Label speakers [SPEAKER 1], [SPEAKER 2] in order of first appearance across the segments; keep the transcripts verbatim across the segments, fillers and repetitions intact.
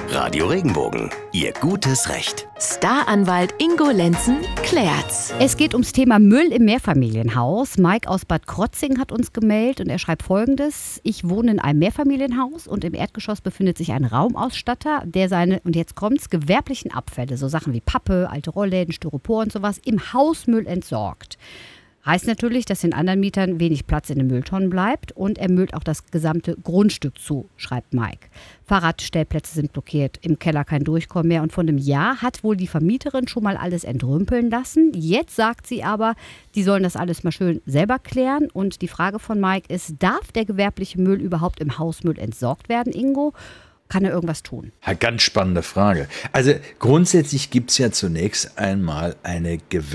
[SPEAKER 1] Radio Regenbogen, Ihr gutes Recht.
[SPEAKER 2] Staranwalt Ingo Lenzen klärt's.
[SPEAKER 3] Es geht ums Thema Müll im Mehrfamilienhaus. Mike aus Bad Krotzing hat uns gemeldet und er schreibt Folgendes. Ich wohne in einem Mehrfamilienhaus und im Erdgeschoss befindet sich ein Raumausstatter, der seine, und jetzt kommt's, gewerblichen Abfälle, so Sachen wie Pappe, alte Rollläden, Styropor und sowas, im Hausmüll entsorgt. Heißt natürlich, dass den anderen Mietern wenig Platz in den Mülltonnen bleibt und er müllt auch das gesamte Grundstück zu, schreibt Mike. Fahrradstellplätze sind blockiert, im Keller kein Durchkommen mehr und vor einem Jahr hat wohl die Vermieterin schon mal alles entrümpeln lassen. Jetzt sagt sie aber, die sollen das alles mal schön selber klären und die Frage von Mike ist, darf der gewerbliche Müll überhaupt im Hausmüll entsorgt werden, Ingo? Kann er irgendwas tun?
[SPEAKER 4] Ja, ganz spannende Frage. Also grundsätzlich gibt es ja zunächst einmal eine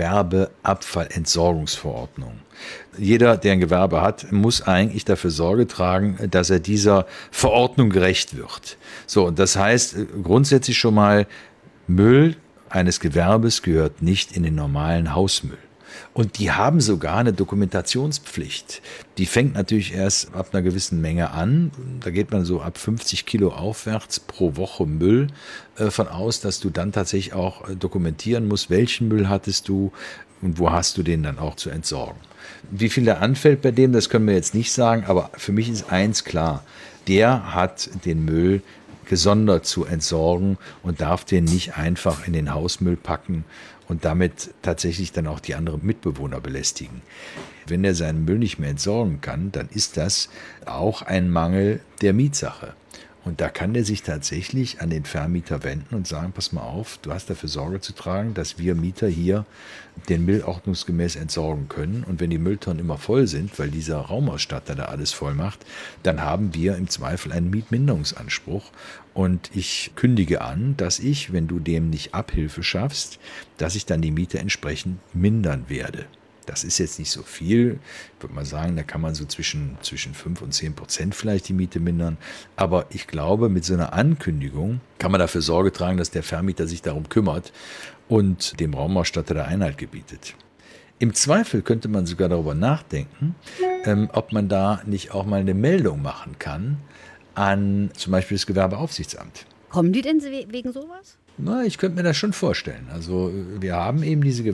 [SPEAKER 4] Gewerbeabfallentsorgungsverordnung. Jeder, der ein Gewerbe hat, muss eigentlich dafür Sorge tragen, dass er dieser Verordnung gerecht wird. So, und das heißt grundsätzlich schon mal, Müll eines Gewerbes gehört nicht in den normalen Hausmüll. Und die haben sogar eine Dokumentationspflicht. Die fängt natürlich erst ab einer gewissen Menge an. Da geht man so ab fünfzig Kilo aufwärts pro Woche Müll äh, von aus, dass du dann tatsächlich auch äh, dokumentieren musst, welchen Müll hattest du und wo hast du den dann auch zu entsorgen. Wie viel da anfällt bei dem, das können wir jetzt nicht sagen, aber für mich ist eins klar, der hat den Müll gesondert zu entsorgen und darf den nicht einfach in den Hausmüll packen und damit tatsächlich dann auch die anderen Mitbewohner belästigen. Wenn er seinen Müll nicht mehr entsorgen kann, dann ist das auch ein Mangel der Mietsache. Und da kann er sich tatsächlich an den Vermieter wenden und sagen, pass mal auf, du hast dafür Sorge zu tragen, dass wir Mieter hier den Müll ordnungsgemäß entsorgen können. Und wenn die Mülltonnen immer voll sind, weil dieser Raumausstatter da alles voll macht, dann haben wir im Zweifel einen Mietminderungsanspruch. Und ich kündige an, dass ich, wenn du dem nicht Abhilfe schaffst, dass ich dann die Miete entsprechend mindern werde. Das ist jetzt nicht so viel. Ich würde mal sagen, da kann man so zwischen, zwischen fünf und zehn Prozent vielleicht die Miete mindern. Aber ich glaube, mit so einer Ankündigung kann man dafür Sorge tragen, dass der Vermieter sich darum kümmert und dem Raumausstatter der Einhalt gebietet. Im Zweifel könnte man sogar darüber nachdenken, ähm, ob man da nicht auch mal eine Meldung machen kann an zum Beispiel das Gewerbeaufsichtsamt.
[SPEAKER 3] Kommen die denn wegen sowas?
[SPEAKER 4] Na, ich könnte mir das schon vorstellen. Also wir haben eben diese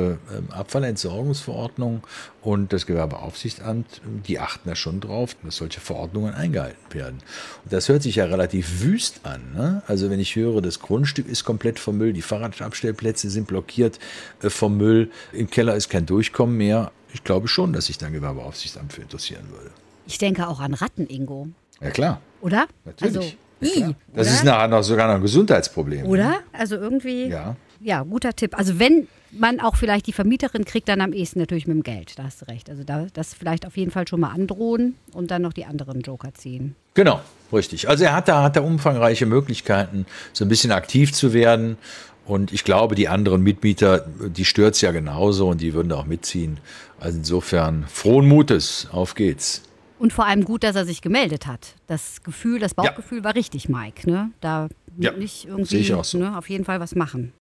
[SPEAKER 4] Gewerbeabfallentsorgungsverordnung und das Gewerbeaufsichtsamt, die achten da schon drauf, dass solche Verordnungen eingehalten werden. Und das hört sich ja relativ wüst an, ne? Also wenn ich höre, das Grundstück ist komplett vom Müll, die Fahrradabstellplätze sind blockiert äh, vom Müll, im Keller ist kein Durchkommen mehr. Ich glaube schon, dass sich da ein Gewerbeaufsichtsamt für interessieren würde.
[SPEAKER 3] Ich denke auch an Ratten, Ingo.
[SPEAKER 4] Ja klar.
[SPEAKER 3] Oder?
[SPEAKER 4] Natürlich.
[SPEAKER 3] Also,
[SPEAKER 4] ja,
[SPEAKER 3] I,
[SPEAKER 4] das
[SPEAKER 3] oder?
[SPEAKER 4] ist nachher noch sogar noch ein Gesundheitsproblem.
[SPEAKER 3] Oder? Also irgendwie,
[SPEAKER 4] Ja.
[SPEAKER 3] ja, guter Tipp. Also wenn man auch vielleicht die Vermieterin kriegt, dann am ehesten natürlich mit dem Geld, da hast du recht. Also da, das vielleicht auf jeden Fall schon mal androhen und dann noch die anderen Joker ziehen.
[SPEAKER 4] Genau, richtig. Also er hat da, hat da umfangreiche Möglichkeiten, so ein bisschen aktiv zu werden. Und ich glaube, die anderen Mitmieter, die stört es ja genauso und die würden da auch mitziehen. Also insofern frohen Mutes, auf geht's.
[SPEAKER 3] Und vor allem gut, dass er sich gemeldet hat. Das Gefühl, das Bauchgefühl ja. war richtig, Mike. Ne? Da
[SPEAKER 4] ja.
[SPEAKER 3] nicht irgendwie
[SPEAKER 4] Sehe ich auch so.
[SPEAKER 3] Ne, auf jeden Fall was machen.